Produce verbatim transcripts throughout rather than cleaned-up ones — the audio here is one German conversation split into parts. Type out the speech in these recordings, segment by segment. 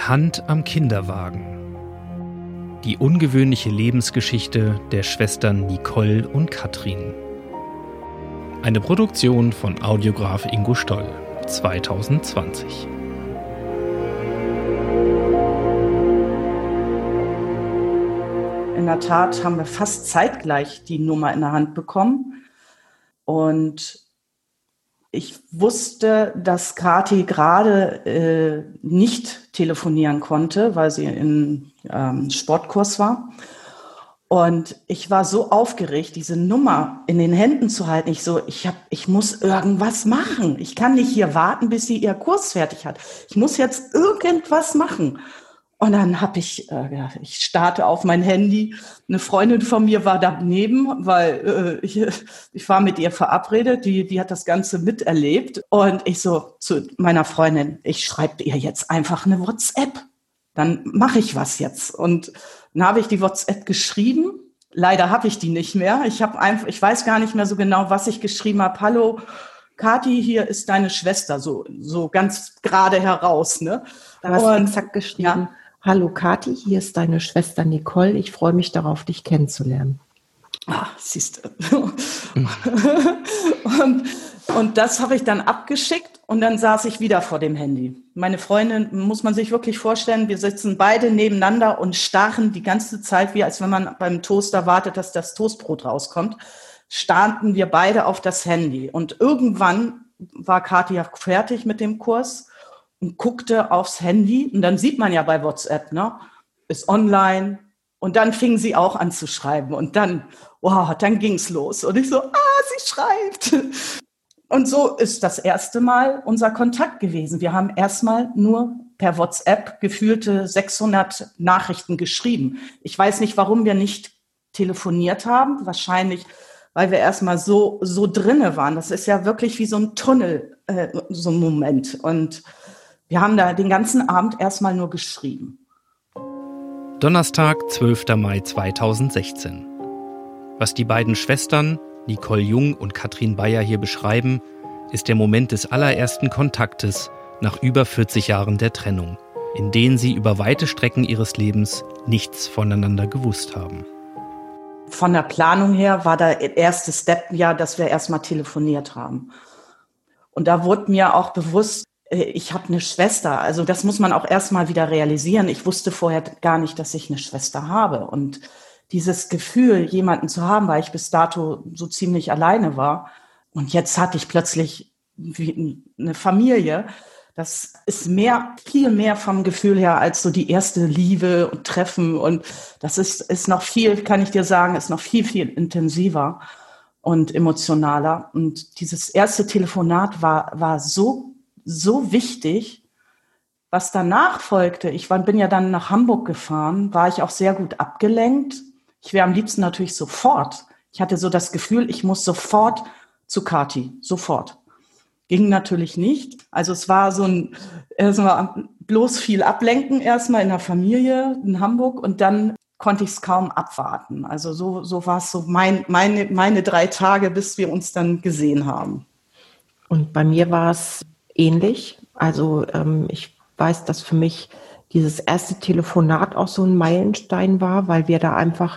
Hand am Kinderwagen. Die ungewöhnliche Lebensgeschichte der Schwestern Nicole und Katrin. Eine Produktion von Audiograf Ingo Stoll, zwanzig zwanzig. In der Tat haben wir fast zeitgleich die Nummer in der Hand bekommen. Und ich wusste, dass Kathi gerade äh, nicht telefonieren konnte, weil sie in ähm, Sportkurs war. Und ich war so aufgeregt, diese Nummer in den Händen zu halten. Ich so, ich hab, ich muss irgendwas machen. Ich kann nicht hier warten, bis sie ihr Kurs fertig hat. Ich muss jetzt irgendwas machen. Und dann habe ich, äh, ja, ich starte auf mein Handy. Eine Freundin von mir war daneben, weil äh, ich, ich war mit ihr verabredet. Die, die hat das Ganze miterlebt. Und ich so zu meiner Freundin, ich schreibe ihr jetzt einfach eine WhatsApp. Dann mache ich was jetzt. Und dann habe ich die WhatsApp geschrieben. Leider habe ich die nicht mehr. Ich habe einfach, ich weiß gar nicht mehr so genau, was ich geschrieben habe. Hallo, Kathi, hier ist deine Schwester. So, so ganz gerade heraus, ne? Da hast du exakt geschrieben. Ja. Hallo Kathi, hier ist deine Schwester Nicole. Ich freue mich darauf, dich kennenzulernen. Ah, siehst du. und, und das habe ich dann abgeschickt und dann saß ich wieder vor dem Handy. Meine Freundin, muss man sich wirklich vorstellen, wir sitzen beide nebeneinander und starren die ganze Zeit, wie als wenn man beim Toaster wartet, dass das Toastbrot rauskommt, starrten wir beide auf das Handy. Und irgendwann war Kathi ja fertig mit dem Kurs und guckte aufs Handy und dann sieht man ja bei WhatsApp, ne, ist online und dann fing sie auch an zu schreiben und dann, wow, dann ging's los und ich so, ah, sie schreibt. Und so ist das erste Mal unser Kontakt gewesen. Wir haben erstmal nur per WhatsApp gefühlte sechshundert Nachrichten geschrieben. Ich weiß nicht, warum wir nicht telefoniert haben, wahrscheinlich, weil wir erstmal so, so drinne waren. Das ist ja wirklich wie so ein Tunnel, äh, so ein Moment und wir haben da den ganzen Abend erstmal nur geschrieben. Donnerstag, zwölfter Mai zweitausendsechzehn. Was die beiden Schwestern, Nicole Jung und Katrin Bayer hier beschreiben, ist der Moment des allerersten Kontaktes nach über vierzig Jahren der Trennung, in denen sie über weite Strecken ihres Lebens nichts voneinander gewusst haben. Von der Planung her war der erste Step ja, dass wir erstmal telefoniert haben. Und da wurde mir auch bewusst, ich habe eine Schwester, also das muss man auch erstmal wieder realisieren. Ich wusste vorher gar nicht, dass ich eine Schwester habe. Und dieses Gefühl, jemanden zu haben, weil ich bis dato so ziemlich alleine war. Und jetzt hatte ich plötzlich eine Familie. Das ist mehr, viel mehr vom Gefühl her als so die erste Liebe und Treffen. Und das ist, ist noch viel, kann ich dir sagen, ist noch viel, viel intensiver und emotionaler. Und dieses erste Telefonat war, war so so wichtig. Was danach folgte, ich war, bin ja dann nach Hamburg gefahren, war ich auch sehr gut abgelenkt. Ich wäre am liebsten natürlich sofort. Ich hatte so das Gefühl, ich muss sofort zu Kathi, sofort. Ging natürlich nicht. Also es war so ein, erstmal bloß viel Ablenken erstmal in der Familie in Hamburg und dann konnte ich es kaum abwarten. Also so, so war es so mein, meine, meine drei Tage, bis wir uns dann gesehen haben. Und bei mir war es ähnlich. Also ähm, ich weiß, dass für mich dieses erste Telefonat auch so ein Meilenstein war, weil wir da einfach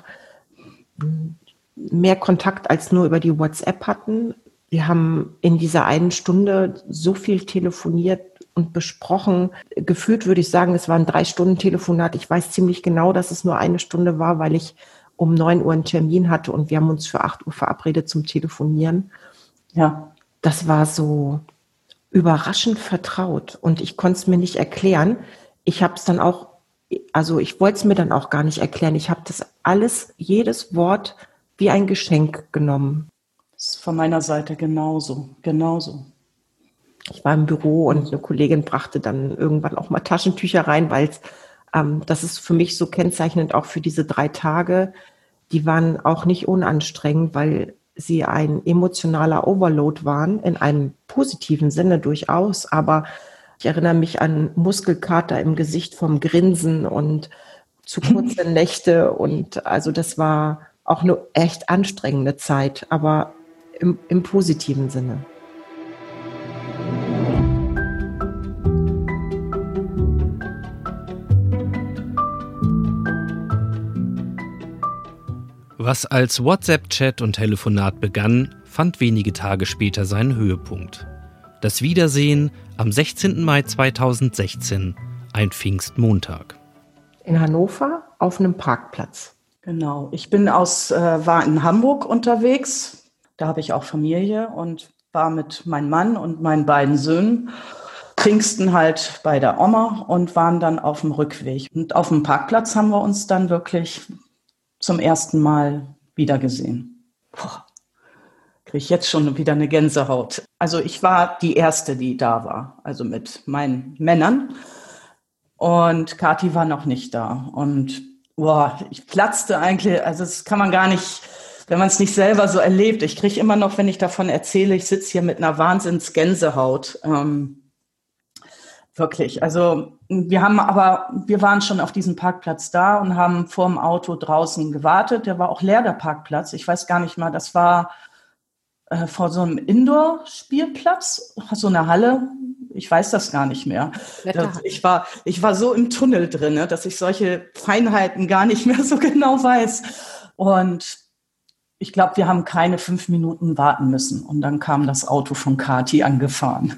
mehr Kontakt als nur über die WhatsApp hatten. Wir haben in dieser einen Stunde so viel telefoniert und besprochen. Gefühlt würde ich sagen, es war ein Drei-Stunden-Telefonat. Ich weiß ziemlich genau, dass es nur eine Stunde war, weil ich um neun Uhr einen Termin hatte und wir haben uns für acht Uhr verabredet zum Telefonieren. Ja, das war so überraschend vertraut und ich konnte es mir nicht erklären. Ich habe es dann auch, also ich wollte es mir dann auch gar nicht erklären. Ich habe das alles, jedes Wort wie ein Geschenk genommen. Das ist von meiner Seite genauso, genauso. Ich war im Büro und eine Kollegin brachte dann irgendwann auch mal Taschentücher rein, weil ähm, das ist für mich so kennzeichnend auch für diese drei Tage. Die waren auch nicht unanstrengend, weil sie ein emotionaler Overload waren, in einem positiven Sinne durchaus, aber ich erinnere mich an Muskelkater im Gesicht vom Grinsen und zu kurze Nächte und also das war auch eine echt anstrengende Zeit, aber im, im positiven Sinne. Was als WhatsApp-Chat und Telefonat begann, fand wenige Tage später seinen Höhepunkt. Das Wiedersehen am sechzehnten Mai zweitausendsechzehn, ein Pfingstmontag. In Hannover auf einem Parkplatz. Genau. Ich bin aus, äh, war in Hamburg unterwegs. Da habe ich auch Familie und war mit meinem Mann und meinen beiden Söhnen Pfingsten halt bei der Oma und waren dann auf dem Rückweg. Und auf dem Parkplatz haben wir uns dann wirklich zum ersten Mal wiedergesehen. Boah, kriege ich jetzt schon wieder eine Gänsehaut. Also ich war die Erste, die da war, also mit meinen Männern. Und Kathi war noch nicht da. Und boah, ich platzte eigentlich, also das kann man gar nicht, wenn man es nicht selber so erlebt. Ich kriege immer noch, wenn ich davon erzähle, ich sitze hier mit einer Wahnsinns-Gänsehaut. Ähm, wirklich, also wir haben aber, wir waren schon auf diesem Parkplatz da und haben vor dem Auto draußen gewartet. Der war auch leer, der Parkplatz. Ich weiß gar nicht mal, das war äh, vor so einem Indoor-Spielplatz, so eine Halle. Ich weiß das gar nicht mehr. Das, ich war, ich war so im Tunnel drin, ne, dass ich solche Feinheiten gar nicht mehr so genau weiß. Und ich glaube, wir haben keine fünf Minuten warten müssen. Und dann kam das Auto von Kathi angefahren.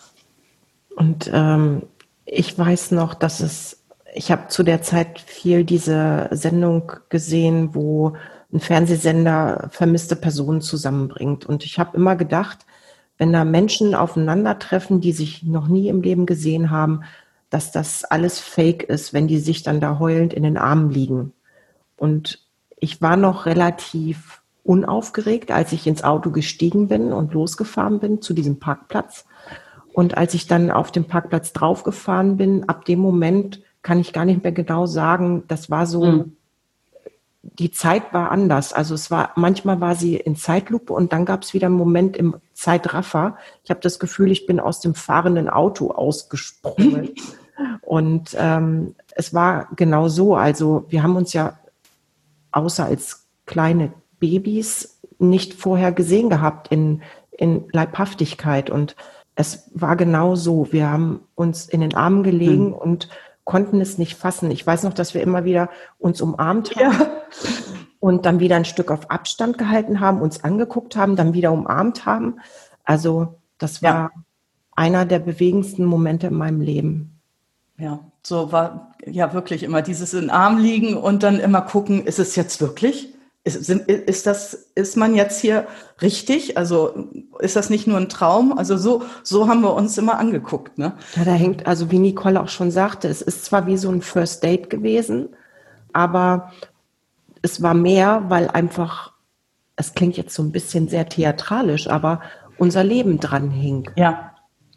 Und ähm, ich weiß noch, dass es, ich habe zu der Zeit viel diese Sendung gesehen, wo ein Fernsehsender vermisste Personen zusammenbringt. Und ich habe immer gedacht, wenn da Menschen aufeinandertreffen, die sich noch nie im Leben gesehen haben, dass das alles fake ist, wenn die sich dann da heulend in den Armen liegen. Und ich war noch relativ unaufgeregt, als ich ins Auto gestiegen bin und losgefahren bin zu diesem Parkplatz. Und als ich dann auf dem Parkplatz draufgefahren bin, ab dem Moment kann ich gar nicht mehr genau sagen, das war so, mhm. die Zeit war anders. Also es war, manchmal war sie in Zeitlupe und dann gab es wieder einen Moment im Zeitraffer. Ich habe das Gefühl, ich bin aus dem fahrenden Auto ausgesprungen. Und ähm, es war genau so. Also wir haben uns ja außer als kleine Babys nicht vorher gesehen gehabt in, in Leibhaftigkeit. Und es war genau so. Wir haben uns in den Armen gelegen mhm. und konnten es nicht fassen. Ich weiß noch, dass wir immer wieder uns umarmt haben ja. und dann wieder ein Stück auf Abstand gehalten haben, uns angeguckt haben, dann wieder umarmt haben. Also das war ja. einer der bewegendsten Momente in meinem Leben. Ja, so war ja wirklich immer dieses in den Arm liegen und dann immer gucken, ist es jetzt wirklich? Ist, ist das, ist man jetzt hier richtig? Also ist das nicht nur ein Traum? Also so, so haben wir uns immer angeguckt, ne? Ja, da hängt, also wie Nicole auch schon sagte, es ist zwar wie so ein First Date gewesen, aber es war mehr, weil einfach, es klingt jetzt so ein bisschen sehr theatralisch, aber unser Leben dran hing. Ja.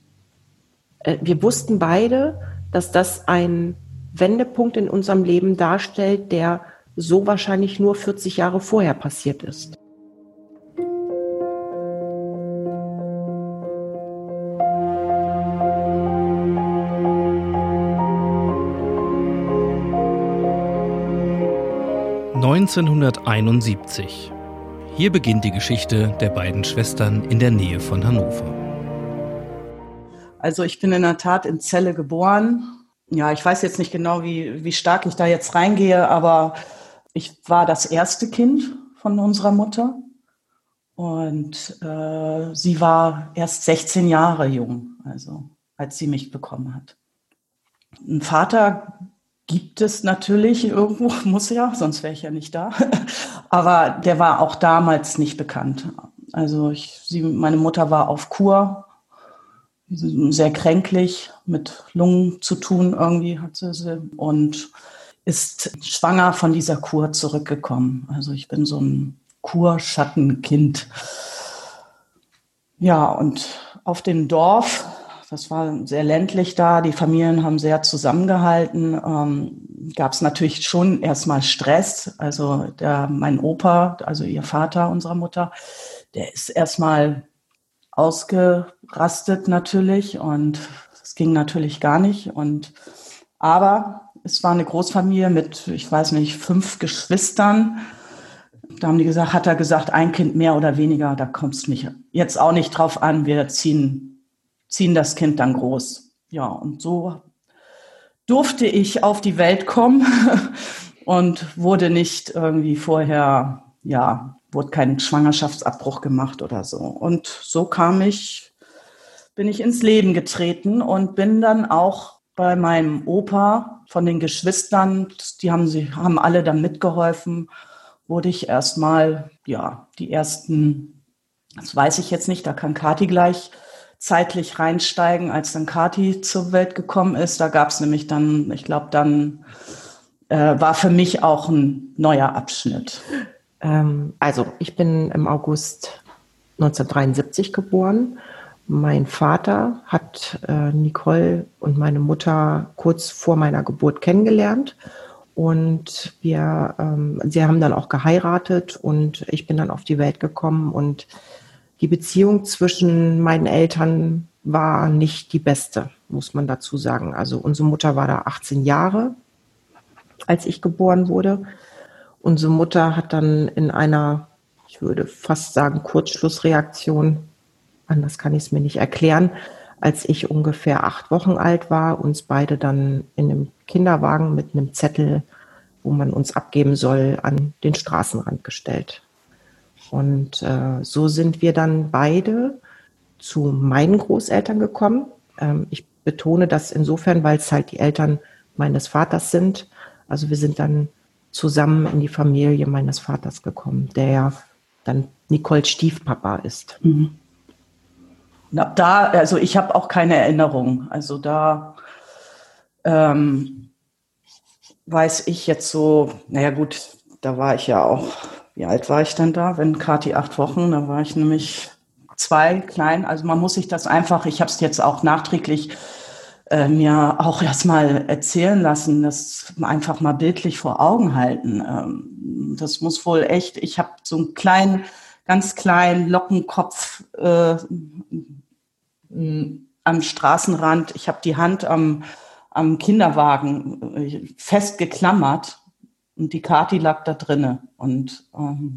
Wir wussten beide, dass das ein Wendepunkt in unserem Leben darstellt, der so wahrscheinlich nur vierzig Jahre vorher passiert ist. neunzehnhunderteinundsiebzig. Hier beginnt die Geschichte der beiden Schwestern in der Nähe von Hannover. Also ich bin in der Tat in Celle geboren. Ja, ich weiß jetzt nicht genau, wie, wie stark ich da jetzt reingehe, aber ich war das erste Kind von unserer Mutter und äh, sie war erst sechzehn Jahre jung, also als sie mich bekommen hat. Einen Vater gibt es natürlich irgendwo, muss ja, sonst wäre ich ja nicht da, aber der war auch damals nicht bekannt. Also ich, sie, meine Mutter war auf Kur, sehr kränklich, mit Lungen zu tun irgendwie hatte sie und ist schwanger von dieser Kur zurückgekommen. Also ich bin so ein Kurschattenkind. Ja, und auf dem Dorf, das war sehr ländlich da, die Familien haben sehr zusammengehalten, ähm, gab es natürlich schon erstmal Stress. Also der, mein Opa, also ihr Vater unserer Mutter, der ist erstmal ausgerastet natürlich und es ging natürlich gar nicht. Und aber es war eine Großfamilie mit, ich weiß nicht, fünf Geschwistern. Da haben die gesagt, hat er gesagt, ein Kind mehr oder weniger, da kommt es mich jetzt auch nicht drauf an. Wir ziehen, ziehen das Kind dann groß. Ja, und so durfte ich auf die Welt kommen und wurde nicht irgendwie vorher ja, wurde kein Schwangerschaftsabbruch gemacht oder so. Und so kam ich, bin ich ins Leben getreten und bin dann auch bei meinem Opa von den Geschwistern, die haben, sie haben alle dann mitgeholfen, wurde ich erstmal, ja, die ersten, das weiß ich jetzt nicht, da kann Kathi gleich zeitlich reinsteigen, als dann Kathi zur Welt gekommen ist. Da gab es nämlich dann, ich glaube, dann äh, war für mich auch ein neuer Abschnitt. Ähm, also ich bin im August neunzehnhundertdreiundsiebzig geboren. Mein Vater hat äh, Nicole und meine Mutter kurz vor meiner Geburt kennengelernt. Und wir, ähm, sie haben dann auch geheiratet und ich bin dann auf die Welt gekommen und die Beziehung zwischen meinen Eltern war nicht die beste, muss man dazu sagen. Also unsere Mutter war da achtzehn Jahre, als ich geboren wurde. Unsere Mutter hat dann in einer, ich würde fast sagen, Kurzschlussreaktion, anders kann ich es mir nicht erklären, als ich ungefähr acht Wochen alt war, uns beide dann in einem Kinderwagen mit einem Zettel, wo man uns abgeben soll, an den Straßenrand gestellt. Und äh, so sind wir dann beide zu meinen Großeltern gekommen. Ähm, ich betone das insofern, weil es halt die Eltern meines Vaters sind. Also wir sind dann zusammen in die Familie meines Vaters gekommen, der ja dann Nicoles Stiefpapa ist. Mhm. Und ab da, also ich habe auch keine Erinnerung. Also da ähm, weiß ich jetzt so, naja gut, da war ich ja auch, wie alt war ich denn da? Wenn Kathi acht Wochen, da war ich nämlich zwei, klein. Also man muss sich das einfach, ich habe es jetzt auch nachträglich äh, mir auch erstmal erzählen lassen, das einfach mal bildlich vor Augen halten. Ähm, das muss wohl echt, ich habe so einen kleinen, ganz kleinen Lockenkopf äh, am Straßenrand. Ich habe die Hand am, am Kinderwagen fest geklammert und die Kathi lag da drinne. Und ähm,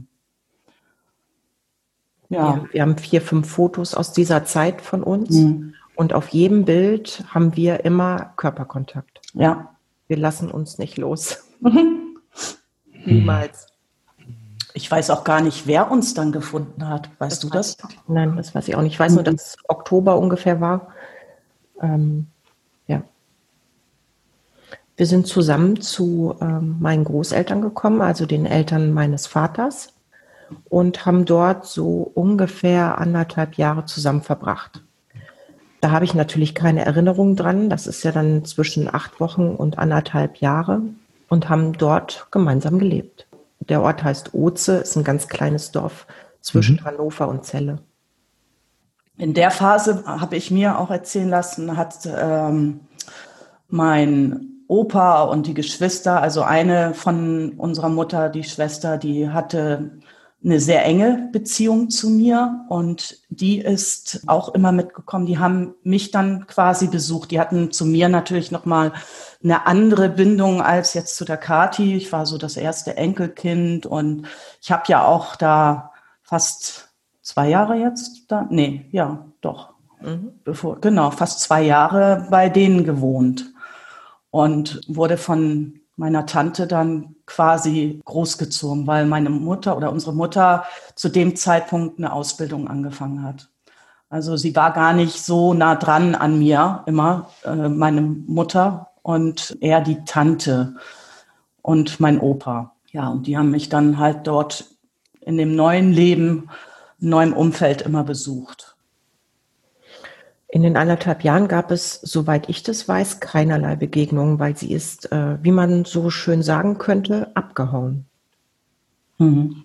ja. ja. Wir haben vier, fünf Fotos aus dieser Zeit von uns. Mhm. Und auf jedem Bild haben wir immer Körperkontakt. Ja. Wir lassen uns nicht los. Mhm. Niemals. Ich weiß auch gar nicht, wer uns dann gefunden hat. Weißt das du das? Nein, das weiß ich auch nicht. Ich weiß nur, dass es Oktober ungefähr war. Ähm, ja. Wir sind zusammen zu ähm, meinen Großeltern gekommen, also den Eltern meines Vaters, und haben dort so ungefähr anderthalb Jahre zusammen verbracht. Da habe ich natürlich keine Erinnerung dran. Das ist ja dann zwischen acht Wochen und anderthalb Jahre und haben dort gemeinsam gelebt. Der Ort heißt Oze, ist ein ganz kleines Dorf zwischen mhm. Hannover und Celle. In der Phase, habe ich mir auch erzählen lassen, hat ähm, mein Opa und die Geschwister, also eine von unserer Mutter, die Schwester, die hatte eine sehr enge Beziehung zu mir und die ist auch immer mitgekommen. Die haben mich dann quasi besucht. Die hatten zu mir natürlich nochmal eine andere Bindung als jetzt zu der Kathi. Ich war so das erste Enkelkind und ich habe ja auch da fast zwei Jahre jetzt da, nee, ja, doch, mhm. bevor, genau, fast zwei Jahre bei denen gewohnt und wurde von meiner Tante dann quasi großgezogen, weil meine Mutter oder unsere Mutter zu dem Zeitpunkt eine Ausbildung angefangen hat. Also sie war gar nicht so nah dran an mir immer, äh, meine Mutter und eher die Tante und mein Opa. Ja, und die haben mich dann halt dort in dem neuen Leben, neuen Umfeld immer besucht. In den anderthalb Jahren gab es, soweit ich das weiß, keinerlei Begegnungen, weil sie ist, äh, wie man so schön sagen könnte, abgehauen. Mhm.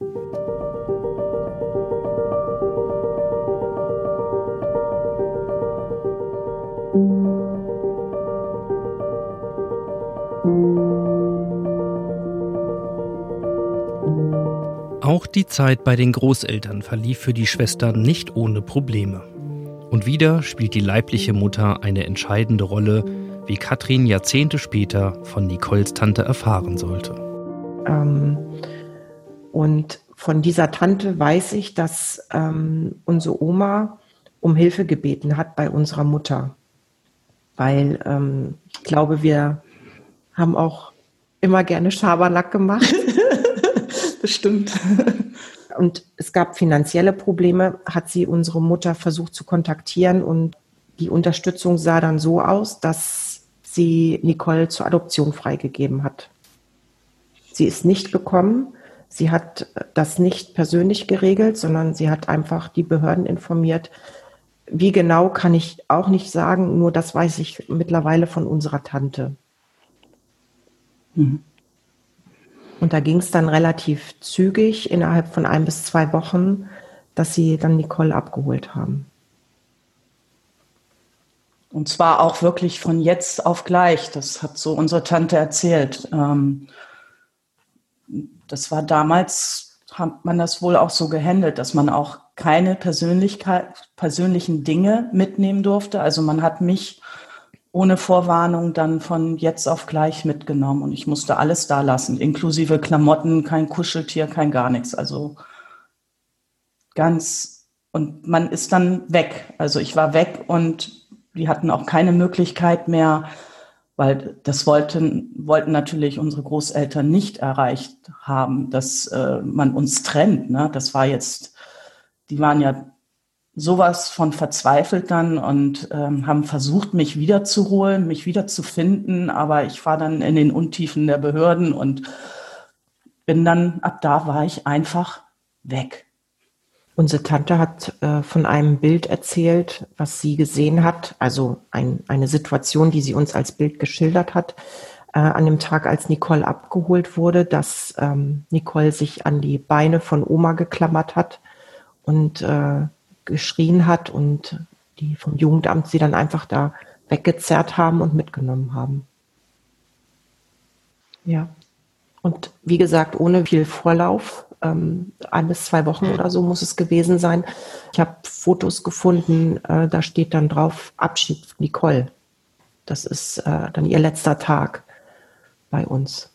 Auch die Zeit bei den Großeltern verlief für die Schwestern nicht ohne Probleme. Und wieder spielt die leibliche Mutter eine entscheidende Rolle, wie Katrin Jahrzehnte später von Nicoles Tante erfahren sollte. Ähm, und von dieser Tante weiß ich, dass ähm, unsere Oma um Hilfe gebeten hat bei unserer Mutter. Weil ähm, ich glaube, wir haben auch immer gerne Schabernack gemacht. Bestimmt. Und es gab finanzielle Probleme, hat sie unsere Mutter versucht zu kontaktieren und die Unterstützung sah dann so aus, dass sie Nicole zur Adoption freigegeben hat. Sie ist nicht gekommen, sie hat das nicht persönlich geregelt, sondern sie hat einfach die Behörden informiert. Wie genau, kann ich auch nicht sagen, nur das weiß ich mittlerweile von unserer Tante. Mhm. Und da ging es dann relativ zügig, innerhalb von ein bis zwei Wochen, dass sie dann Nicole abgeholt haben. Und zwar auch wirklich von jetzt auf gleich. Das hat so unsere Tante erzählt. Ähm, das war damals, hat man das wohl auch so gehandelt, dass man auch keine Persönlichkeit, persönlichen Dinge mitnehmen durfte. Also man hat mich ohne Vorwarnung dann von jetzt auf gleich mitgenommen und ich musste alles da lassen, inklusive Klamotten, kein Kuscheltier, kein gar nichts. Also ganz, und man ist dann weg. Also ich war weg und die hatten auch keine Möglichkeit mehr, weil das wollten, wollten natürlich unsere Großeltern nicht erreicht haben, dass äh, man uns trennt. Ne? Das war jetzt, die waren ja sowas von verzweifelt dann und ähm, haben versucht, mich wiederzuholen, mich wiederzufinden, aber ich war dann in den Untiefen der Behörden und bin dann, ab da war ich einfach weg. Unsere Tante hat äh, von einem Bild erzählt, was sie gesehen hat, also ein, eine Situation, die sie uns als Bild geschildert hat, äh, an dem Tag, als Nicole abgeholt wurde, dass ähm, Nicole sich an die Beine von Oma geklammert hat und äh, geschrien hat und die vom Jugendamt sie dann einfach da weggezerrt haben und mitgenommen haben. Ja. Und wie gesagt, ohne viel Vorlauf, ähm, ein bis zwei Wochen oder so muss es gewesen sein. Ich habe Fotos gefunden, äh, da steht dann drauf Abschied Nicole. Das ist äh, dann ihr letzter Tag bei uns.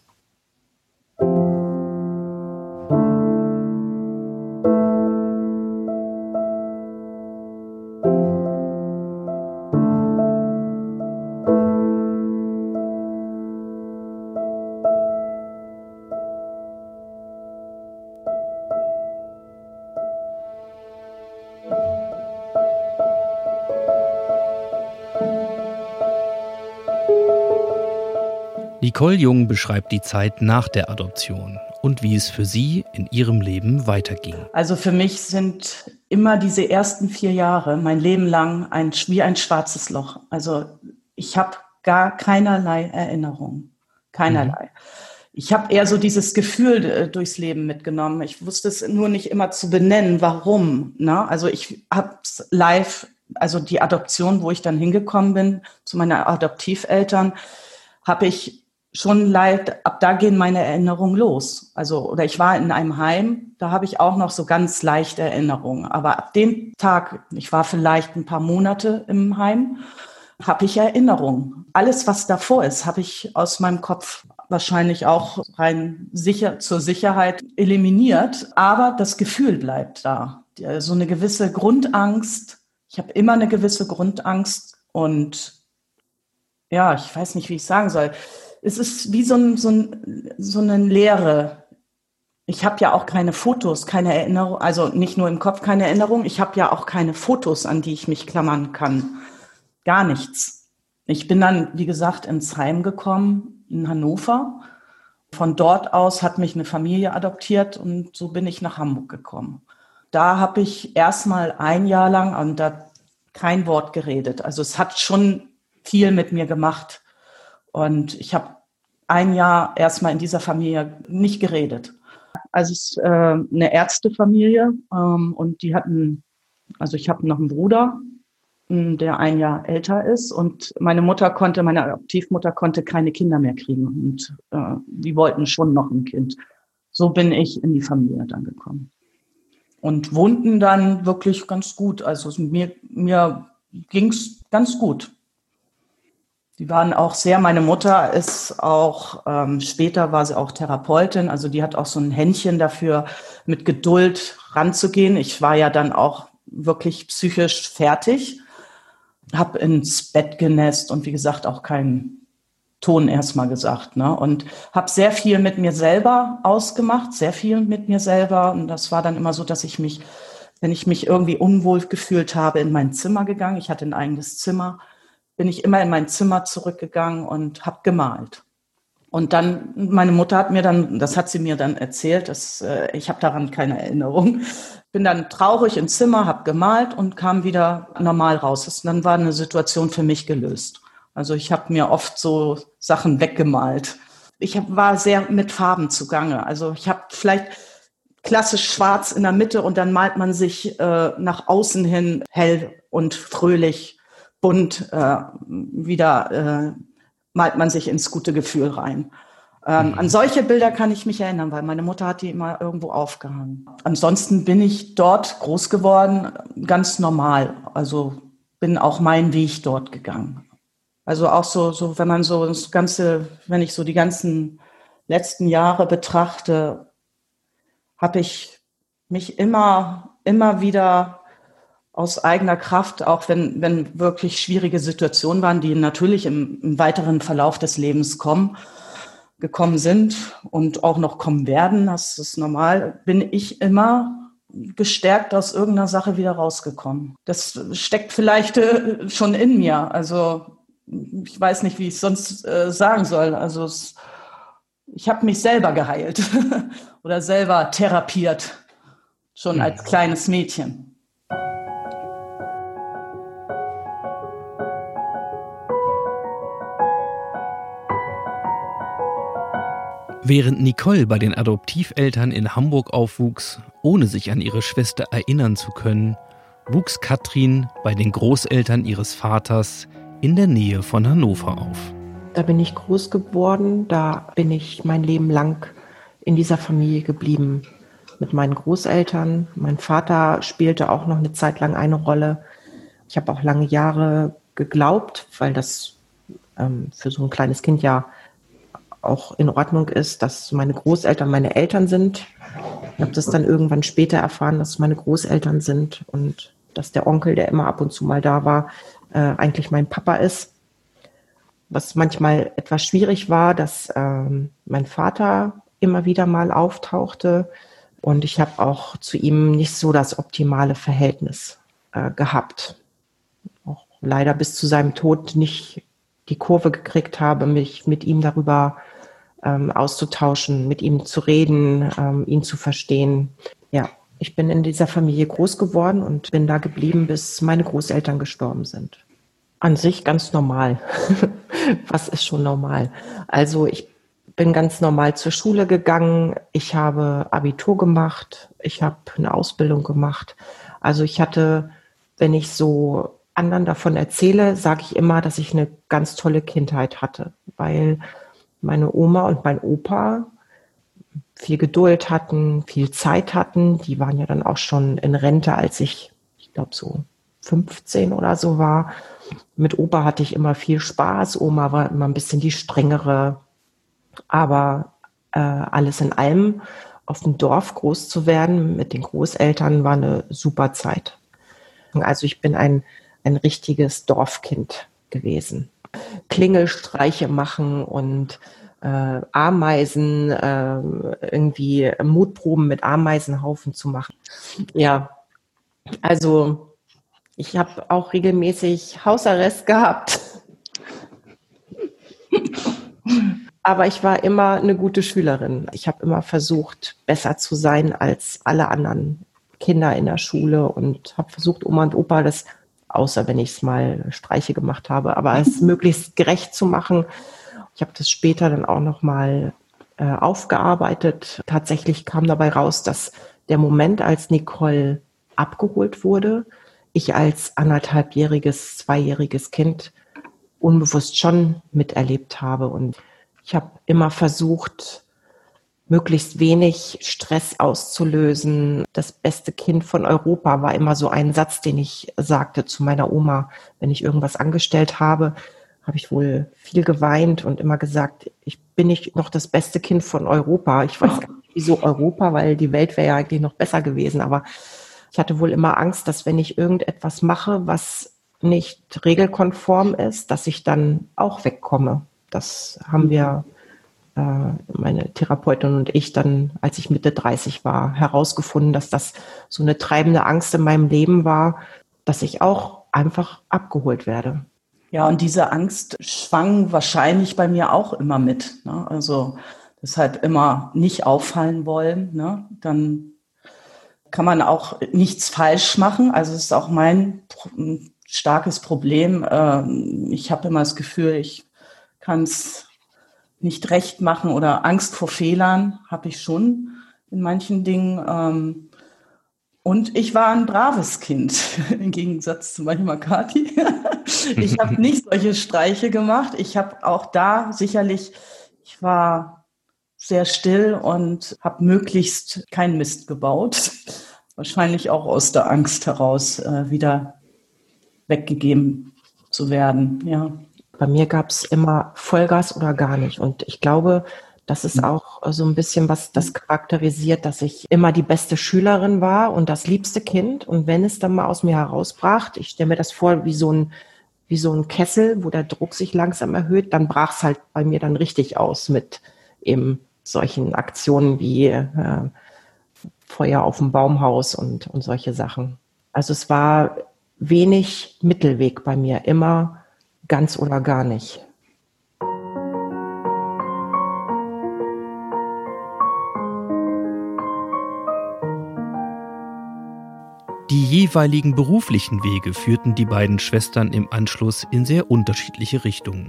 Nicole Jung beschreibt die Zeit nach der Adoption und wie es für sie in ihrem Leben weiterging. Also für mich sind immer diese ersten vier Jahre, mein Leben lang, ein, wie ein schwarzes Loch. Also ich habe gar keinerlei Erinnerung, keinerlei. Mhm. Ich habe eher so dieses Gefühl äh, durchs Leben mitgenommen. Ich wusste es nur nicht immer zu benennen, warum. Ne? Also ich habe es live, also die Adoption, wo ich dann hingekommen bin, zu meinen Adoptiveltern, habe ich schon leid, ab da gehen meine Erinnerungen los. Also, oder ich war in einem Heim, da habe ich auch noch so ganz leichte Erinnerungen. Aber ab dem Tag, ich war vielleicht ein paar Monate im Heim, habe ich Erinnerungen. Alles, was davor ist, habe ich aus meinem Kopf wahrscheinlich auch rein sicher, zur Sicherheit eliminiert. Aber das Gefühl bleibt da. So eine gewisse Grundangst. Ich habe immer eine gewisse Grundangst und ja, ich weiß nicht, wie ich sagen soll. Es ist wie so, ein, so, ein, so eine Leere. Ich habe ja auch keine Fotos, keine Erinnerung, also nicht nur im Kopf keine Erinnerung, ich habe ja auch keine Fotos, an die ich mich klammern kann. Gar nichts. Ich bin dann, wie gesagt, ins Heim gekommen in Hannover. Von dort aus hat mich eine Familie adoptiert und so bin ich nach Hamburg gekommen. Da habe ich erstmal ein Jahr lang und da kein Wort geredet. Also es hat schon viel mit mir gemacht. Und ich habe ein Jahr erstmal in dieser Familie nicht geredet. Also es ist äh, eine Ärztefamilie ähm, und die hatten, also ich habe noch einen Bruder, der ein Jahr älter ist und meine Mutter konnte, meine Adoptivmutter konnte keine Kinder mehr kriegen und äh, die wollten schon noch ein Kind. So bin ich in die Familie dann gekommen und wohnten dann wirklich ganz gut. Also mir, mir ging's ganz gut. Die waren auch sehr, meine Mutter ist auch, ähm, später war sie auch Therapeutin, also die hat auch so ein Händchen dafür, mit Geduld ranzugehen. Ich war ja dann auch wirklich psychisch fertig, habe ins Bett genässt und wie gesagt auch kein Ton erstmal gesagt, ne? Und habe sehr viel mit mir selber ausgemacht, sehr viel mit mir selber. Und das war dann immer so, dass ich mich, wenn ich mich irgendwie unwohl gefühlt habe, in mein Zimmer gegangen. Ich hatte ein eigenes Zimmer, bin ich immer in mein Zimmer zurückgegangen und habe gemalt. Und dann, meine Mutter hat mir dann, das hat sie mir dann erzählt, dass, äh, ich habe daran keine Erinnerung, bin dann traurig im Zimmer, habe gemalt und kam wieder normal raus. Und dann war eine Situation für mich gelöst. Also ich habe mir oft so Sachen weggemalt. Ich hab, war sehr mit Farben zugange. Also ich habe vielleicht klassisch schwarz in der Mitte und dann malt man sich äh, nach außen hin hell und fröhlich, bunt äh, wieder... Äh, malt man sich ins gute Gefühl rein. Ähm, mhm. An solche Bilder kann ich mich erinnern, weil meine Mutter hat die immer irgendwo aufgehangen. Ansonsten bin ich dort groß geworden, ganz normal. Also bin auch meinen Weg dort gegangen. Also auch so, so, wenn man so das Ganze, wenn ich so die ganzen letzten Jahre betrachte, habe ich mich immer, immer wieder aus eigener Kraft, auch wenn, wenn wirklich schwierige Situationen waren, die natürlich im, im weiteren Verlauf des Lebens kommen, gekommen sind und auch noch kommen werden, das ist normal, bin ich immer gestärkt aus irgendeiner Sache wieder rausgekommen. Das steckt vielleicht äh, schon in mir. Also ich weiß nicht, wie ich es sonst äh, sagen soll. Also es, ich habe mich selber geheilt oder selber therapiert, schon als kleines Mädchen. Während Nicole bei den Adoptiveltern in Hamburg aufwuchs, ohne sich an ihre Schwester erinnern zu können, wuchs Katrin bei den Großeltern ihres Vaters in der Nähe von Hannover auf. Da bin ich groß geworden, da bin ich mein Leben lang in dieser Familie geblieben mit meinen Großeltern. Mein Vater spielte auch noch eine Zeit lang eine Rolle. Ich habe auch lange Jahre geglaubt, weil das ähm, für so ein kleines Kind ja auch in Ordnung ist, dass meine Großeltern meine Eltern sind. Ich habe das dann irgendwann später erfahren, dass meine Großeltern sind und dass der Onkel, der immer ab und zu mal da war, äh, eigentlich mein Papa ist. Was manchmal etwas schwierig war, dass ähm, mein Vater immer wieder mal auftauchte und ich habe auch zu ihm nicht so das optimale Verhältnis äh, gehabt. Auch leider bis zu seinem Tod nicht die Kurve gekriegt habe, mich mit ihm darüber ähm, auszutauschen, mit ihm zu reden, ähm, ihn zu verstehen. Ja, ich bin in dieser Familie groß geworden und bin da geblieben, bis meine Großeltern gestorben sind. An sich ganz normal. Was ist schon normal? Also ich bin ganz normal zur Schule gegangen. Ich habe Abitur gemacht. Ich habe eine Ausbildung gemacht. Also ich hatte, wenn ich so anderen davon erzähle, sage ich immer, dass ich eine ganz tolle Kindheit hatte, weil meine Oma und mein Opa viel Geduld hatten, viel Zeit hatten. Die waren ja dann auch schon in Rente, als ich, ich glaube so fünfzehn oder so war. Mit Opa hatte ich immer viel Spaß. Oma war immer ein bisschen die strengere. Aber äh, alles in allem, auf dem Dorf groß zu werden mit den Großeltern, war eine super Zeit. Also ich bin ein ein richtiges Dorfkind gewesen. Klingelstreiche machen und äh, Ameisen, äh, irgendwie Mutproben mit Ameisenhaufen zu machen. Ja, also ich habe auch regelmäßig Hausarrest gehabt. Aber ich war immer eine gute Schülerin. Ich habe immer versucht, besser zu sein als alle anderen Kinder in der Schule und habe versucht, Oma und Opa das, außer wenn ich es mal Streiche gemacht habe, aber es möglichst gerecht zu machen. Ich habe das später dann auch noch mal äh, aufgearbeitet. Tatsächlich kam dabei raus, dass der Moment, als Nicole abgeholt wurde, ich als anderthalbjähriges, zweijähriges Kind unbewusst schon miterlebt habe. Und ich habe immer versucht, möglichst wenig Stress auszulösen. Das beste Kind von Europa war immer so ein Satz, den ich sagte zu meiner Oma, wenn ich irgendwas angestellt habe, habe ich wohl viel geweint und immer gesagt, ich bin nicht noch das beste Kind von Europa. Ich weiß gar nicht, wieso Europa, weil die Welt wäre ja eigentlich noch besser gewesen. Aber ich hatte wohl immer Angst, dass wenn ich irgendetwas mache, was nicht regelkonform ist, dass ich dann auch wegkomme. Das haben wir, äh, meine Therapeutin und ich, dann, als ich Mitte dreißig war, herausgefunden, dass das so eine treibende Angst in meinem Leben war, dass ich auch einfach abgeholt werde. Ja, und diese Angst schwang wahrscheinlich bei mir auch immer mit. Ne? Also deshalb immer nicht auffallen wollen. Ne? Dann kann man auch nichts falsch machen. Also es ist auch mein ein starkes Problem. Ich habe immer das Gefühl, ich kann es nicht recht machen oder Angst vor Fehlern habe ich schon in manchen Dingen. Und ich war ein braves Kind, im Gegensatz zu manchmal Kathi. Ich habe nicht solche Streiche gemacht. Ich habe auch da sicherlich, ich war sehr still und habe möglichst keinen Mist gebaut. Wahrscheinlich auch aus der Angst heraus, äh, wieder weggegeben zu werden. Ja. Bei mir gab es immer Vollgas oder gar nicht. Und ich glaube, das ist auch so ein bisschen, was das charakterisiert, dass ich immer die beste Schülerin war und das liebste Kind. Und wenn es dann mal aus mir herausbrach, ich stelle mir das vor wie so ein, wie so ein Kessel, wo der Druck sich langsam erhöht, dann brach es halt bei mir dann richtig aus mit eben solchen Aktionen wie äh, Feuer auf dem Baumhaus und, und solche Sachen. Also es war wenig Mittelweg bei mir, immer ganz oder gar nicht. Die jeweiligen beruflichen Wege führten die beiden Schwestern im Anschluss in sehr unterschiedliche Richtungen.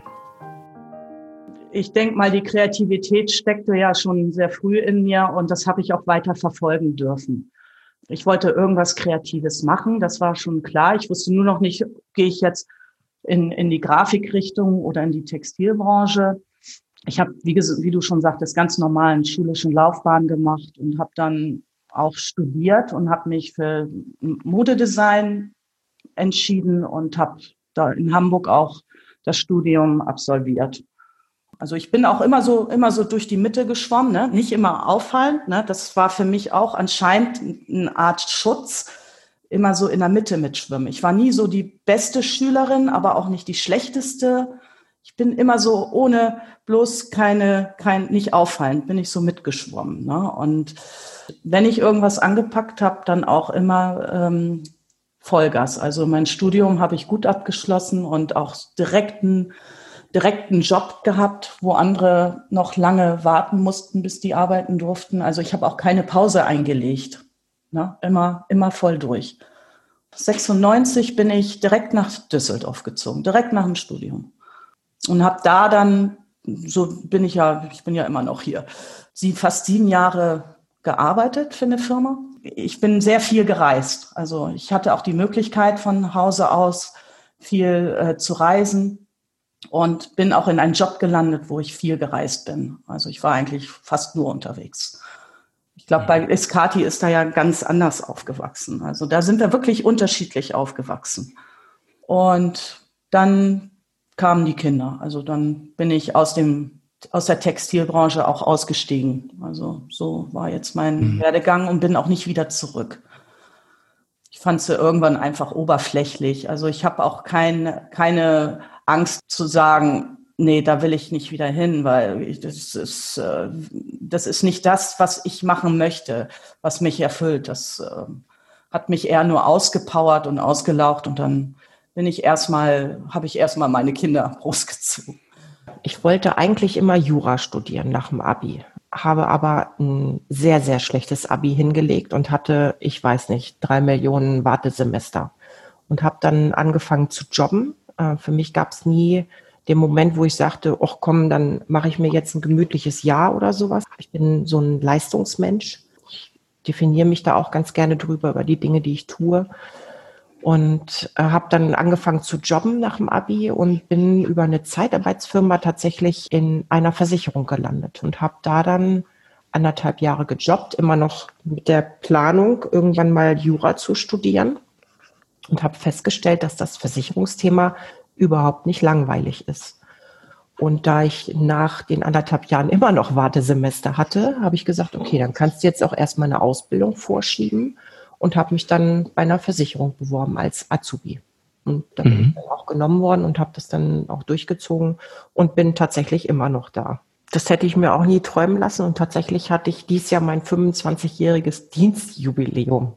Ich denke mal, die Kreativität steckte ja schon sehr früh in mir und das habe ich auch weiter verfolgen dürfen. Ich wollte irgendwas Kreatives machen, das war schon klar. Ich wusste nur noch nicht, gehe ich jetzt in, in die Grafikrichtung oder in die Textilbranche. Ich habe, wie, wie du schon sagtest, ganz normal einen schulischen Laufbahn gemacht und habe dann auch studiert und habe mich für Modedesign entschieden und habe da in Hamburg auch das Studium absolviert. Also ich bin auch immer so immer so durch die Mitte geschwommen, ne? Nicht immer auffallend. Ne? Das war für mich auch anscheinend eine Art Schutz, immer so in der Mitte mitschwimmen. Ich war nie so die beste Schülerin, aber auch nicht die schlechteste. Ich bin immer so ohne bloß keine, kein nicht auffallend, bin ich so mitgeschwommen. Ne? Und wenn ich irgendwas angepackt habe, dann auch immer ähm, Vollgas. Also mein Studium habe ich gut abgeschlossen und auch direkten direkten Job gehabt, wo andere noch lange warten mussten, bis die arbeiten durften. Also ich habe auch keine Pause eingelegt. Ne? Immer, immer voll durch. sechsundneunzig bin ich direkt nach Düsseldorf gezogen, direkt nach dem Studium. Und habe da dann, so bin ich ja, ich bin ja immer noch hier, sie fast sieben Jahre gearbeitet für eine Firma. Ich bin sehr viel gereist. Also ich hatte auch die Möglichkeit von Hause aus viel äh, zu reisen. Und bin auch in einen Job gelandet, wo ich viel gereist bin. Also ich war eigentlich fast nur unterwegs. Ich glaube, bei Kathi ist da ja ganz anders aufgewachsen. Also da sind wir wirklich unterschiedlich aufgewachsen. Und dann kamen die Kinder. Also dann bin ich aus dem aus der Textilbranche auch ausgestiegen. Also so war jetzt mein mhm. Werdegang und bin auch nicht wieder zurück. Ich fand es irgendwann einfach oberflächlich. Also ich habe auch kein, keine Angst zu sagen, nee, da will ich nicht wieder hin, weil ich, das ist, äh, das ist nicht das, was ich machen möchte, was mich erfüllt. Das äh, hat mich eher nur ausgepowert und ausgelaucht und dann bin ich erstmal, habe ich erstmal meine Kinder großgezogen. Ich wollte eigentlich immer Jura studieren nach dem Abi, habe aber ein sehr, sehr schlechtes Abi hingelegt und hatte, ich weiß nicht, drei Millionen Wartesemester und habe dann angefangen zu jobben. Für mich gab es nie den Moment, wo ich sagte, ach komm, dann mache ich mir jetzt ein gemütliches Jahr oder sowas. Ich bin so ein Leistungsmensch. Ich definiere mich da auch ganz gerne drüber, über die Dinge, die ich tue. Und äh, habe dann angefangen zu jobben nach dem Abi und bin über eine Zeitarbeitsfirma tatsächlich in einer Versicherung gelandet und habe da dann anderthalb Jahre gejobbt, immer noch mit der Planung, irgendwann mal Jura zu studieren. Und habe festgestellt, dass das Versicherungsthema überhaupt nicht langweilig ist. Und da ich nach den anderthalb Jahren immer noch Wartesemester hatte, habe ich gesagt, okay, dann kannst du jetzt auch erstmal eine Ausbildung vorschieben und habe mich dann bei einer Versicherung beworben als Azubi. Und da bin ich dann auch genommen worden und habe das dann auch durchgezogen und bin tatsächlich immer noch da. Das hätte ich mir auch nie träumen lassen und tatsächlich hatte ich dieses Jahr mein fünfundzwanzigjähriges Dienstjubiläum.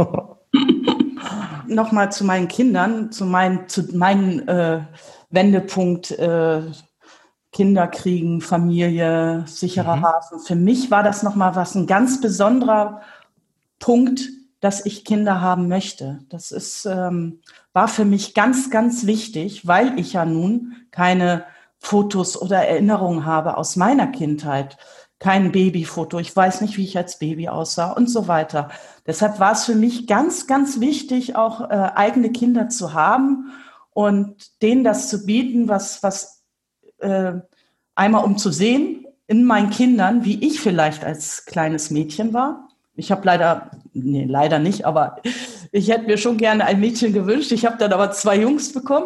Nochmal zu meinen Kindern, zu meinen, zu meinen äh, Wendepunkt äh, Kinder kriegen, Familie, sicherer mhm. Hafen. Für mich war das nochmal was, ein ganz besonderer Punkt, dass ich Kinder haben möchte. Das ist, ähm, war für mich ganz, ganz wichtig, weil ich ja nun keine Fotos oder Erinnerungen habe aus meiner Kindheit. Kein Babyfoto. Ich weiß nicht, wie ich als Baby aussah und so weiter. Deshalb war es für mich ganz, ganz wichtig, auch äh, eigene Kinder zu haben und denen das zu bieten, was, was äh, einmal um zu sehen in meinen Kindern, wie ich vielleicht als kleines Mädchen war. Ich habe leider, nee, leider nicht, aber ich hätte mir schon gerne ein Mädchen gewünscht. Ich habe dann aber zwei Jungs bekommen.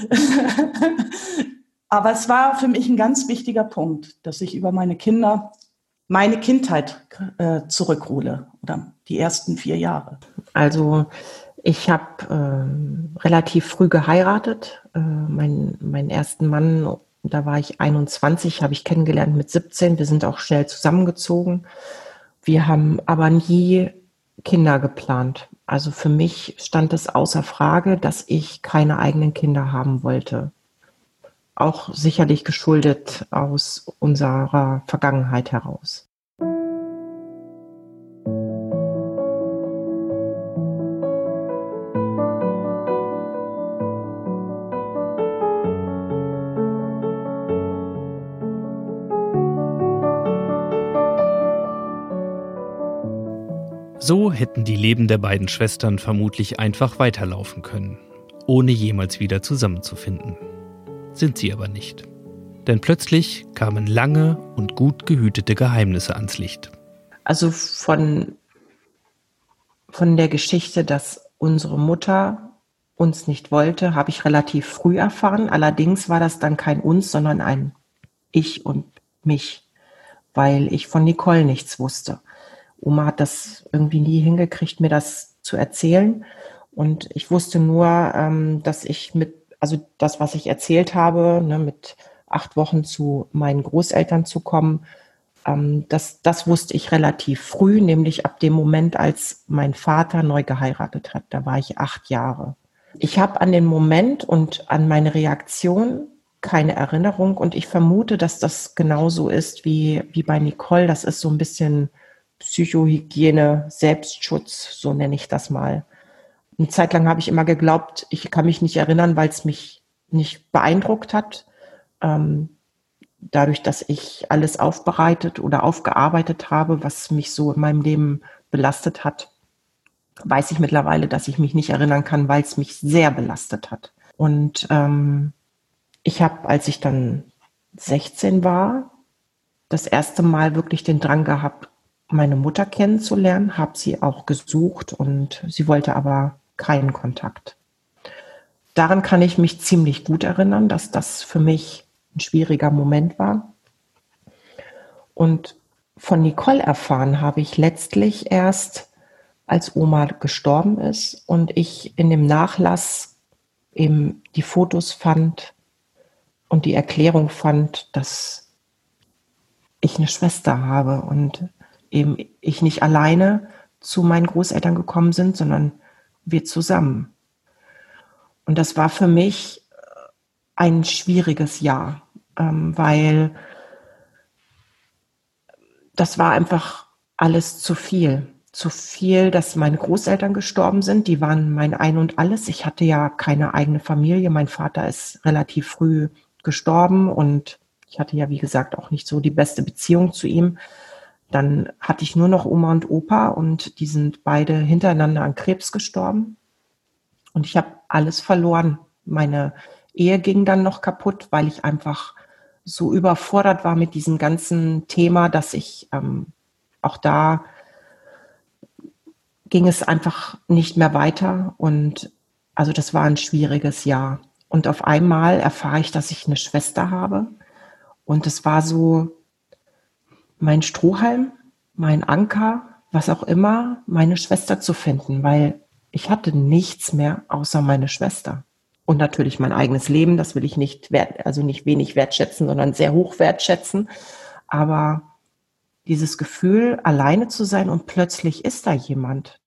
Aber es war für mich ein ganz wichtiger Punkt, dass ich über meine Kinder, meine Kindheit äh, zurückhole oder die ersten vier Jahre. Also ich habe äh, relativ früh geheiratet. Äh, mein, meinen ersten Mann, da war ich einundzwanzig, habe ich kennengelernt mit siebzehn. Wir sind auch schnell zusammengezogen. Wir haben aber nie Kinder geplant. Also für mich stand es außer Frage, dass ich keine eigenen Kinder haben wollte. Auch sicherlich geschuldet aus unserer Vergangenheit heraus. So hätten die Leben der beiden Schwestern vermutlich einfach weiterlaufen können, ohne jemals wieder zusammenzufinden. Sind sie aber nicht. Denn plötzlich kamen lange und gut gehütete Geheimnisse ans Licht. Also von, von der Geschichte, dass unsere Mutter uns nicht wollte, habe ich relativ früh erfahren. Allerdings war das dann kein uns, sondern ein Ich und mich, weil ich von Nicole nichts wusste. Oma hat das irgendwie nie hingekriegt, mir das zu erzählen. Und ich wusste nur, ähm, dass ich mit, also das, was ich erzählt habe, ne, mit acht Wochen zu meinen Großeltern zu kommen, ähm, das, das wusste ich relativ früh, nämlich ab dem Moment, als mein Vater neu geheiratet hat. Da war ich acht Jahre. Ich habe an den Moment und an meine Reaktion keine Erinnerung und ich vermute, dass das genauso ist wie, wie bei Nicole. Das ist so ein bisschen Psychohygiene, Selbstschutz, so nenne ich das mal. Eine Zeit lang habe ich immer geglaubt, ich kann mich nicht erinnern, weil es mich nicht beeindruckt hat. Ähm, dadurch, dass ich alles aufbereitet oder aufgearbeitet habe, was mich so in meinem Leben belastet hat, weiß ich mittlerweile, dass ich mich nicht erinnern kann, weil es mich sehr belastet hat. Und ähm, ich habe, als ich dann sechzehn war, das erste Mal wirklich den Drang gehabt, meine Mutter kennenzulernen, habe sie auch gesucht und sie wollte aber keinen Kontakt. Daran kann ich mich ziemlich gut erinnern, dass das für mich ein schwieriger Moment war. Und von Nicole erfahren habe ich letztlich erst, als Oma gestorben ist und ich in dem Nachlass eben die Fotos fand und die Erklärung fand, dass ich eine Schwester habe und eben ich nicht alleine zu meinen Großeltern gekommen sind, sondern wir zusammen. Und das war für mich ein schwieriges Jahr, ähm, weil das war einfach alles zu viel. Zu viel, dass meine Großeltern gestorben sind. Die waren mein Ein und Alles. Ich hatte ja keine eigene Familie. Mein Vater ist relativ früh gestorben und ich hatte ja, wie gesagt, auch nicht so die beste Beziehung zu ihm. Dann hatte ich nur noch Oma und Opa und die sind beide hintereinander an Krebs gestorben. Und ich habe alles verloren. Meine Ehe ging dann noch kaputt, weil ich einfach so überfordert war mit diesem ganzen Thema, dass ich ähm, auch da ging es einfach nicht mehr weiter. Und also das war ein schwieriges Jahr. Und auf einmal erfahre ich, dass ich eine Schwester habe. Und es war so mein Strohhalm, mein Anker, was auch immer, meine Schwester zu finden, weil ich hatte nichts mehr außer meine Schwester. Und natürlich mein eigenes Leben, das will ich nicht wert, also nicht wenig wertschätzen, sondern sehr hoch wertschätzen. Aber dieses Gefühl, alleine zu sein und plötzlich ist da jemand.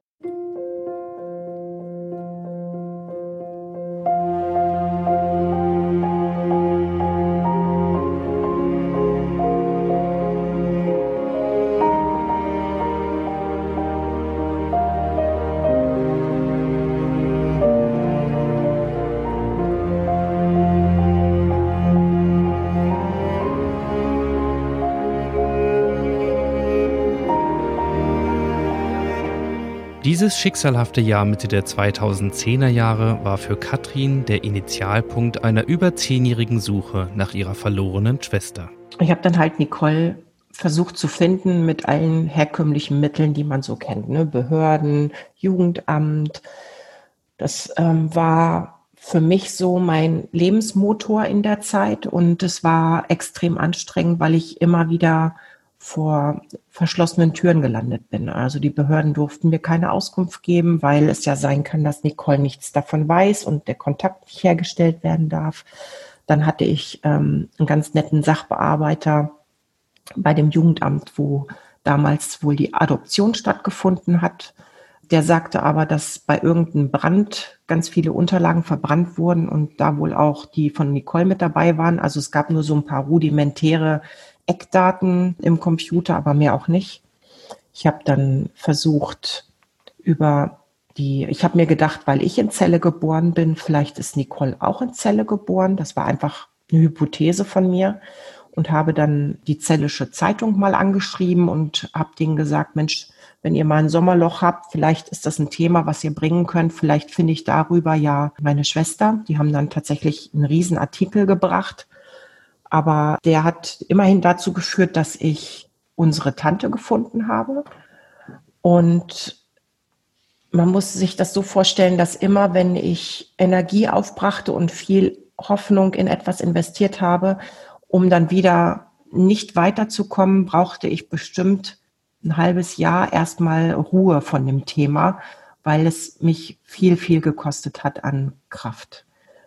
Dieses schicksalhafte Jahr Mitte der zweitausendzehner Jahre war für Katrin der Initialpunkt einer über zehnjährigen Suche nach ihrer verlorenen Schwester. Ich habe dann halt Nicole versucht zu finden mit allen herkömmlichen Mitteln, die man so kennt, ne? Behörden, Jugendamt. Das ähm, war für mich so mein Lebensmotor in der Zeit und es war extrem anstrengend, weil ich immer wieder vor verschlossenen Türen gelandet bin. Also die Behörden durften mir keine Auskunft geben, weil es ja sein kann, dass Nicole nichts davon weiß und der Kontakt nicht hergestellt werden darf. Dann hatte ich ähm, einen ganz netten Sachbearbeiter bei dem Jugendamt, wo damals wohl die Adoption stattgefunden hat. Der sagte aber, dass bei irgendeinem Brand ganz viele Unterlagen verbrannt wurden und da wohl auch die von Nicole mit dabei waren. Also es gab nur so ein paar rudimentäre Eckdaten im Computer, aber mehr auch nicht. Ich habe dann versucht über die, ich habe mir gedacht, weil ich in Celle geboren bin, vielleicht ist Nicole auch in Celle geboren. Das war einfach eine Hypothese von mir und habe dann die Zellische Zeitung mal angeschrieben und habe denen gesagt, Mensch, wenn ihr mal ein Sommerloch habt, vielleicht ist das ein Thema, was ihr bringen könnt. Vielleicht finde ich darüber ja meine Schwester. Die haben dann tatsächlich einen riesen Artikel gebracht. Aber der hat immerhin dazu geführt, dass ich unsere Tante gefunden habe. Und man muss sich das so vorstellen, dass immer, wenn ich Energie aufbrachte und viel Hoffnung in etwas investiert habe, um dann wieder nicht weiterzukommen, brauchte ich bestimmt ein halbes Jahr erstmal Ruhe von dem Thema, weil es mich viel, viel gekostet hat an Kraft.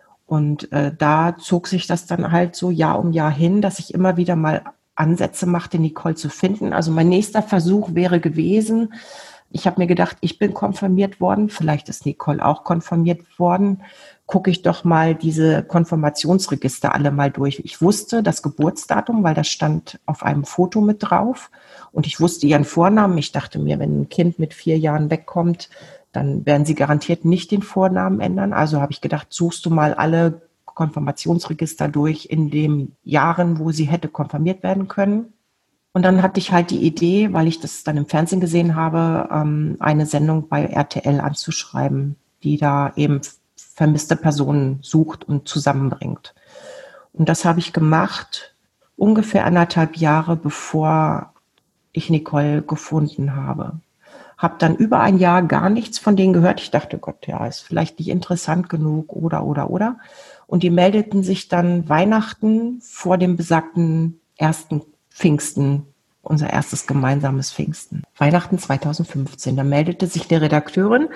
Und äh, da zog sich das dann halt so Jahr um Jahr hin, dass ich immer wieder mal Ansätze machte, Nicole zu finden. Also mein nächster Versuch wäre gewesen, ich habe mir gedacht, ich bin konfirmiert worden, vielleicht ist Nicole auch konfirmiert worden, gucke ich doch mal diese Konfirmationsregister alle mal durch. Ich wusste das Geburtsdatum, weil das stand auf einem Foto mit drauf und ich wusste ihren Vornamen. Ich dachte mir, wenn ein Kind mit vier Jahren wegkommt, dann werden sie garantiert nicht den Vornamen ändern. Also habe ich gedacht, suchst du mal alle Konfirmationsregister durch in den Jahren, wo sie hätte konfirmiert werden können. Und dann hatte ich halt die Idee, weil ich das dann im Fernsehen gesehen habe, eine Sendung bei R T L anzuschreiben, die da eben vermisste Personen sucht und zusammenbringt. Und das habe ich gemacht, ungefähr anderthalb Jahre bevor ich Nicole gefunden habe. Habe dann über ein Jahr gar nichts von denen gehört. Ich dachte, Gott, ja, ist vielleicht nicht interessant genug oder, oder, oder. Und die meldeten sich dann Weihnachten vor dem besagten ersten Pfingsten, unser erstes gemeinsames Pfingsten. Weihnachten zweitausendfünfzehn. Da meldete sich die Redakteurin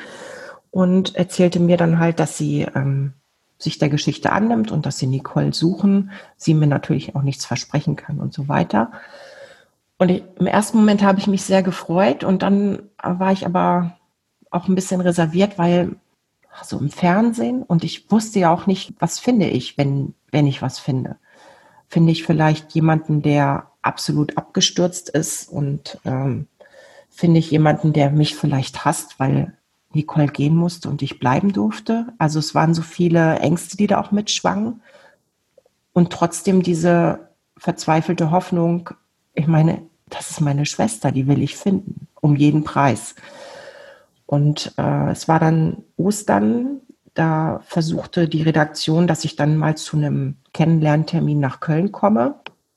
und erzählte mir dann halt, dass sie ähm, sich der Geschichte annimmt und dass sie Nicole suchen. Sie mir natürlich auch nichts versprechen kann und so weiter. Und ich, im ersten Moment habe ich mich sehr gefreut und dann war ich aber auch ein bisschen reserviert, weil so im Fernsehen und ich wusste ja auch nicht, was finde ich, wenn, wenn ich was finde. Finde ich vielleicht jemanden, der absolut abgestürzt ist und ähm, finde ich jemanden, der mich vielleicht hasst, weil Nicole gehen musste und ich bleiben durfte. Also es waren so viele Ängste, die da auch mitschwangen und trotzdem diese verzweifelte Hoffnung, ich meine, das ist meine Schwester, die will ich finden, um jeden Preis. Und äh, es war dann Ostern, da versuchte die Redaktion, dass ich dann mal zu einem Kennenlerntermin nach Köln komme.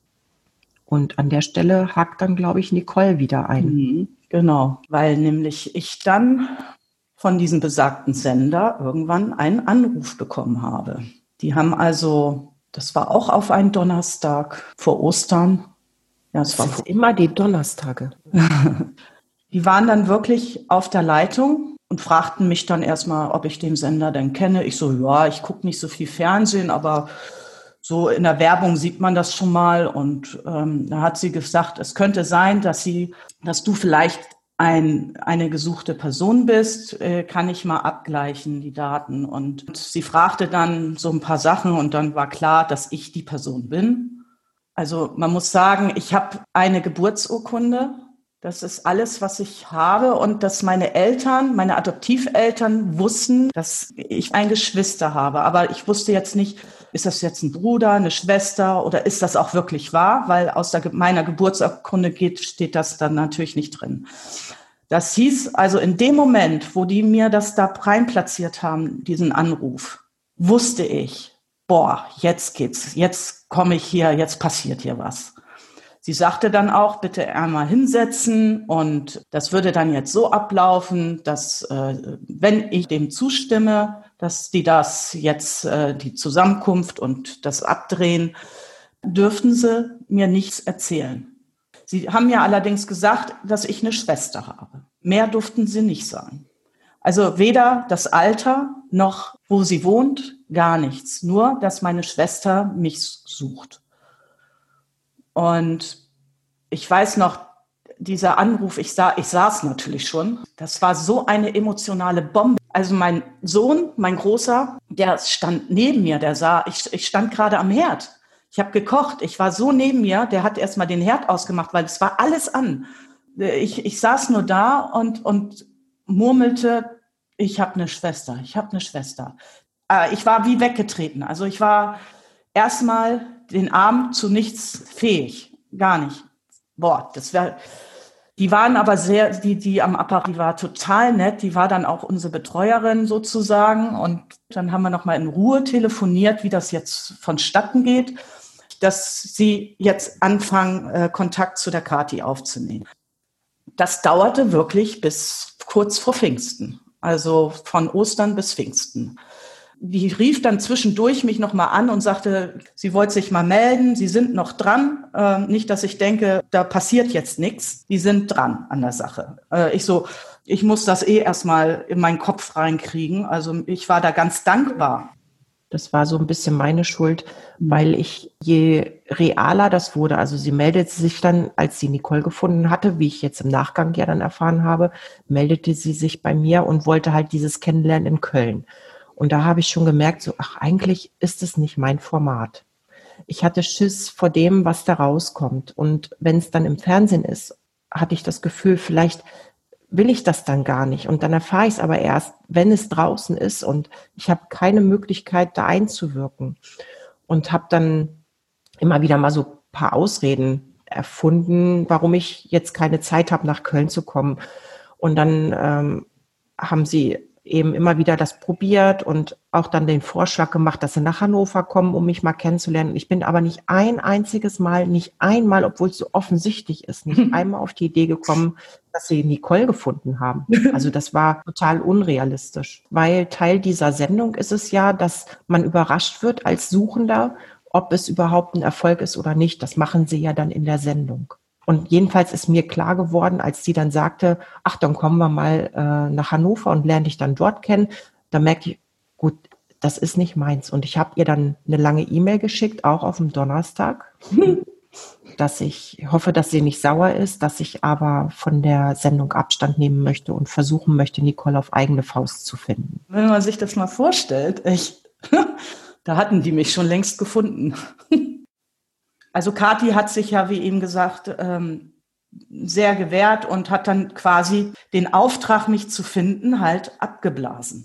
Und an der Stelle hakt dann, glaube ich, Nicole wieder ein. Mhm, genau, weil nämlich ich dann von diesem besagten Sender irgendwann einen Anruf bekommen habe. Die haben also, das war auch auf einen Donnerstag vor Ostern. Ja, es das war sind immer die Donnerstage. Die waren dann wirklich auf der Leitung und fragten mich dann erstmal, ob ich den Sender denn kenne. Ich so, ja, ich gucke nicht so viel Fernsehen, aber so in der Werbung sieht man das schon mal. Und ähm, da hat sie gesagt, es könnte sein, dass sie, dass du vielleicht ein, eine gesuchte Person bist, äh, kann ich mal abgleichen, die Daten. Und sie fragte dann so ein paar Sachen und dann war klar, dass ich die Person bin. Also man muss sagen, ich habe eine Geburtsurkunde. Das ist alles, was ich habe und dass meine Eltern, meine Adoptiveltern wussten, dass ich ein Geschwister habe. Aber ich wusste jetzt nicht, ist das jetzt ein Bruder, eine Schwester oder ist das auch wirklich wahr? Weil aus der, meiner Geburtsurkunde geht, steht das dann natürlich nicht drin. Das hieß also in dem Moment, wo die mir das da reinplatziert haben, diesen Anruf, wusste ich, boah, jetzt geht's, jetzt komme ich hier, jetzt passiert hier was. Sie sagte dann auch, bitte einmal hinsetzen und das würde dann jetzt so ablaufen, dass äh, wenn ich dem zustimme, dass die das jetzt, äh, die Zusammenkunft und das Abdrehen, dürften sie mir nichts erzählen. Sie haben mir allerdings gesagt, dass ich eine Schwester habe. Mehr durften sie nicht sagen. Also weder das Alter noch wo sie wohnt, gar nichts. Nur, dass meine Schwester mich sucht. Und ich weiß noch, dieser Anruf, ich, sah, ich saß natürlich schon, das war so eine emotionale Bombe. Also mein Sohn, mein Großer, der stand neben mir, der sah, ich, ich stand gerade am Herd. Ich habe gekocht, ich war so neben mir, der hat erstmal den Herd ausgemacht, weil es war alles an. Ich, ich saß nur da und, und murmelte, ich habe eine Schwester, ich habe eine Schwester. Äh, ich war wie weggetreten, also ich war erstmal den Arm zu nichts fähig, gar nicht. Boah, das wäre, die waren aber sehr, die, die am Apparat, die war total nett, die war dann auch unsere Betreuerin sozusagen und dann haben wir nochmal in Ruhe telefoniert, wie das jetzt vonstatten geht, dass sie jetzt anfangen, äh, Kontakt zu der Kathi aufzunehmen. Das dauerte wirklich bis kurz vor Pfingsten, also von Ostern bis Pfingsten. Die rief dann zwischendurch mich nochmal an und sagte, sie wollte sich mal melden, sie sind noch dran. Äh, nicht, dass ich denke, da passiert jetzt nichts. Die sind dran an der Sache. Äh, ich so, ich muss das eh erstmal in meinen Kopf reinkriegen. Also ich war da ganz dankbar. Das war so ein bisschen meine Schuld, weil ich, je realer das wurde, also sie meldete sich dann, als sie Nicole gefunden hatte, wie ich jetzt im Nachgang ja dann erfahren habe, meldete sie sich bei mir und wollte halt dieses Kennenlernen in Köln. Und da habe ich schon gemerkt, so, ach, eigentlich ist es nicht mein Format. Ich hatte Schiss vor dem, was da rauskommt. Und wenn es dann im Fernsehen ist, hatte ich das Gefühl, vielleicht will ich das dann gar nicht. Und dann erfahre ich es aber erst, wenn es draußen ist und ich habe keine Möglichkeit, da einzuwirken. Und habe dann immer wieder mal so ein paar Ausreden erfunden, warum ich jetzt keine Zeit habe, nach Köln zu kommen. Und dann ähm, haben sie eben immer wieder das probiert und auch dann den Vorschlag gemacht, dass sie nach Hannover kommen, um mich mal kennenzulernen. Ich bin aber nicht ein einziges Mal, nicht einmal, obwohl es so offensichtlich ist, nicht einmal auf die Idee gekommen, dass sie Nicole gefunden haben. Also das war total unrealistisch, weil Teil dieser Sendung ist es ja, dass man überrascht wird als Suchender, ob es überhaupt ein Erfolg ist oder nicht. Das machen sie ja dann in der Sendung. Und jedenfalls ist mir klar geworden, als sie dann sagte, ach, dann kommen wir mal äh, nach Hannover und lernen dich dann dort kennen. Da merkte ich, gut, das ist nicht meins. Und ich habe ihr dann eine lange E-Mail geschickt, auch auf dem Donnerstag, dass ich hoffe, dass sie nicht sauer ist, dass ich aber von der Sendung Abstand nehmen möchte und versuchen möchte, Nicole auf eigene Faust zu finden. Wenn man sich das mal vorstellt, echt, da hatten die mich schon längst gefunden. Also Kathi hat sich ja, wie eben gesagt, ähm, sehr gewehrt und hat dann quasi den Auftrag, mich zu finden, halt abgeblasen.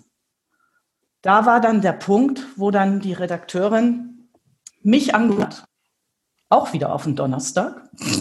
Da war dann der Punkt, wo dann die Redakteurin mich angehört hat. Auch wieder auf den Donnerstag.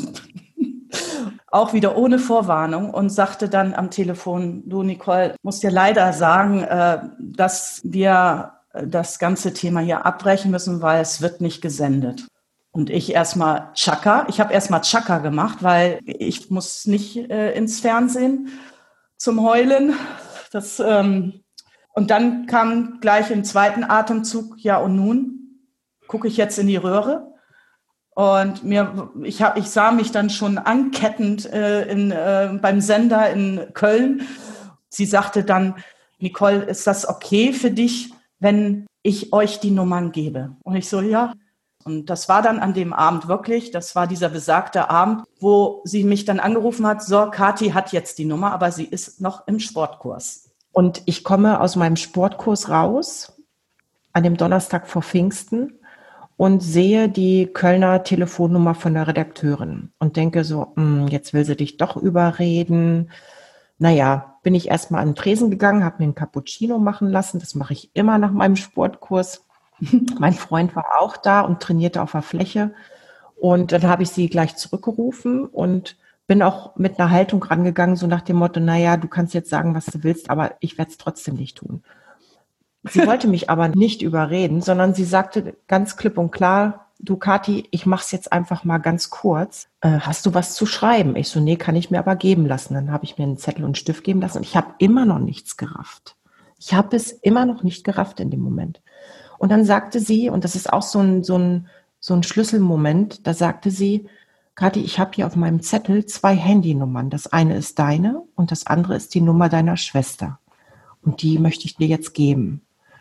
Auch wieder ohne Vorwarnung und sagte dann am Telefon, du Nicole, muss dir leider sagen, äh, dass wir das ganze Thema hier abbrechen müssen, weil es wird nicht gesendet. Und ich erstmal Chaka. Ich habe erstmal Chaka gemacht, weil ich muss nicht äh, ins Fernsehen zum Heulen. Das, ähm, und dann kam gleich im zweiten Atemzug, ja und nun gucke ich jetzt in die Röhre. Und mir, ich, hab, ich sah mich dann schon ankettend äh, in, äh, beim Sender in Köln. sie sagte dann, Nicole, ist das okay für dich, wenn ich euch die Nummern gebe? Und ich so, ja. Und das war dann an dem Abend wirklich, das war dieser besagte Abend, wo sie mich dann angerufen hat, so, Kathi hat jetzt die Nummer, aber sie ist noch im Sportkurs. Und ich komme aus meinem Sportkurs raus, an dem Donnerstag vor Pfingsten, und sehe die Kölner Telefonnummer von der Redakteurin und denke so, mh, jetzt will sie dich doch überreden. Naja, bin ich erstmal an den Tresen gegangen, habe mir einen Cappuccino machen lassen, das mache ich immer nach meinem Sportkurs. Mein Freund war auch da und trainierte auf der Fläche. Und dann habe ich sie gleich zurückgerufen und bin auch mit einer Haltung rangegangen, so nach dem Motto, naja, du kannst jetzt sagen, was du willst, aber ich werde es trotzdem nicht tun. Sie wollte mich aber nicht überreden, sondern sie sagte ganz klipp und klar, du Kathi, ich mache es jetzt einfach mal ganz kurz. Äh, hast du was zu schreiben? Ich so, nee, kann ich mir aber geben lassen. Dann habe ich mir einen Zettel und einen Stift geben lassen und ich habe immer noch nichts gerafft. Ich habe es immer noch nicht gerafft in dem Moment. Und dann sagte sie, und das ist auch so ein, so ein, so ein Schlüsselmoment, da sagte sie, Kathi, ich habe hier auf meinem Zettel zwei Handynummern. Das eine ist deine und das andere ist die Nummer deiner Schwester. Und die möchte ich dir jetzt geben.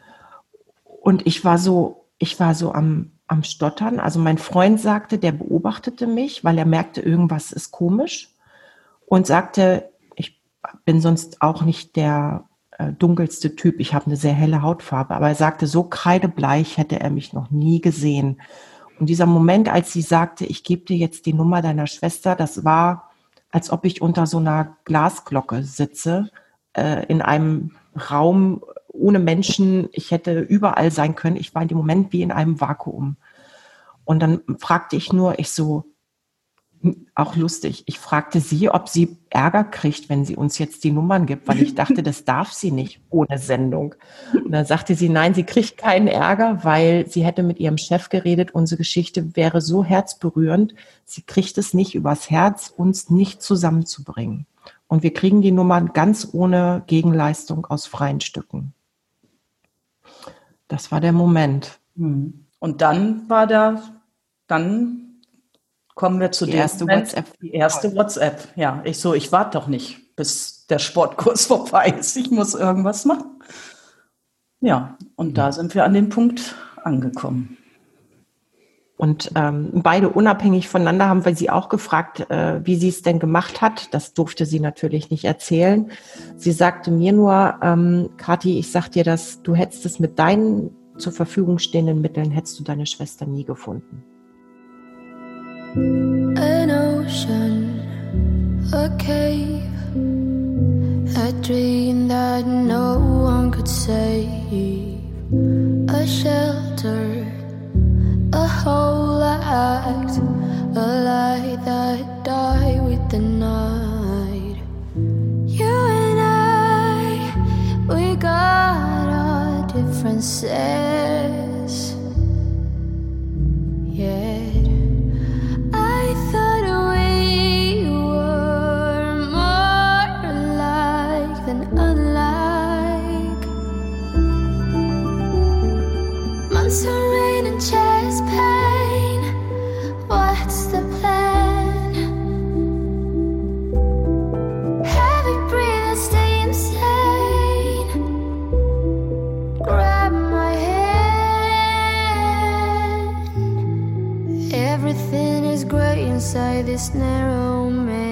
Und ich war so, ich war so am, am Stottern. Also mein Freund sagte, der beobachtete mich, weil er merkte, irgendwas ist komisch. Und sagte, ich bin sonst auch nicht der dunkelste Typ, ich habe eine sehr helle Hautfarbe, aber er sagte, so kreidebleich hätte er mich noch nie gesehen. Und dieser Moment, als sie sagte, ich gebe dir jetzt die Nummer deiner Schwester, das war, als ob ich unter so einer Glasglocke sitze, äh, in einem Raum ohne Menschen, ich hätte überall sein können, ich war in dem Moment wie in einem Vakuum. Und dann fragte ich nur, ich so, auch lustig, ich fragte sie, ob sie Ärger kriegt, wenn sie uns jetzt die Nummern gibt, weil ich dachte, das darf sie nicht ohne Sendung. Und dann sagte sie, nein, sie kriegt keinen Ärger, weil sie hätte mit ihrem Chef geredet, unsere Geschichte wäre so herzberührend, sie kriegt es nicht übers Herz, uns nicht zusammenzubringen. Und wir kriegen die Nummern ganz ohne Gegenleistung aus freien Stücken. Das war der Moment. Und dann war da, dann kommen wir zu die dem erste Moment, WhatsApp. Die erste WhatsApp, ja. Ich so, ich warte doch nicht, bis der Sportkurs vorbei ist. Ich muss irgendwas machen. Ja, und da sind wir an dem Punkt angekommen. Und ähm, beide unabhängig voneinander haben wir sie auch gefragt, äh, wie sie es denn gemacht hat. Das durfte sie natürlich nicht erzählen. Sie sagte mir nur, ähm, Kathi, ich sag dir das, du hättest es mit deinen zur Verfügung stehenden Mitteln, hättest du deine Schwester nie gefunden. An ocean, a cave, a dream that no one could save, a shelter, a whole act, a light that died with the night. You and I, we got our differences, yeah. Rain and chest pain, what's the plan? Heavy breathing, stay insane. Grab my hand. Everything is grey inside this narrow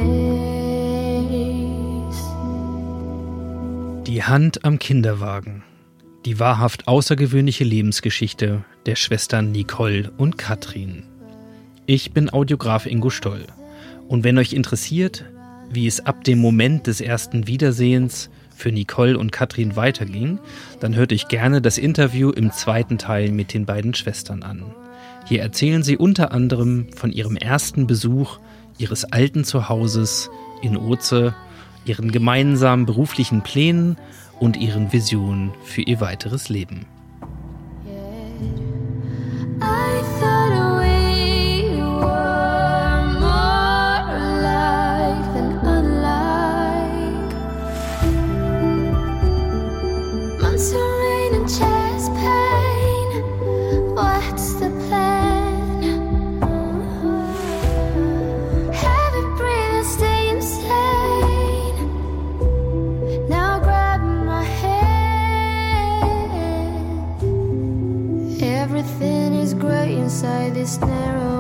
maze. Die Hand am Kinderwagen. Die wahrhaft außergewöhnliche Lebensgeschichte der Schwestern Nicole und Katrin. Ich bin Audiograf Ingo Stoll. Und wenn euch interessiert, wie es ab dem Moment des ersten Wiedersehens für Nicole und Katrin weiterging, dann hört euch gerne das Interview im zweiten Teil mit den beiden Schwestern an. Hier erzählen sie unter anderem von ihrem ersten Besuch ihres alten Zuhauses in Oze, ihren gemeinsamen beruflichen Plänen und ihren Visionen für ihr weiteres Leben. Now grab inside this narrow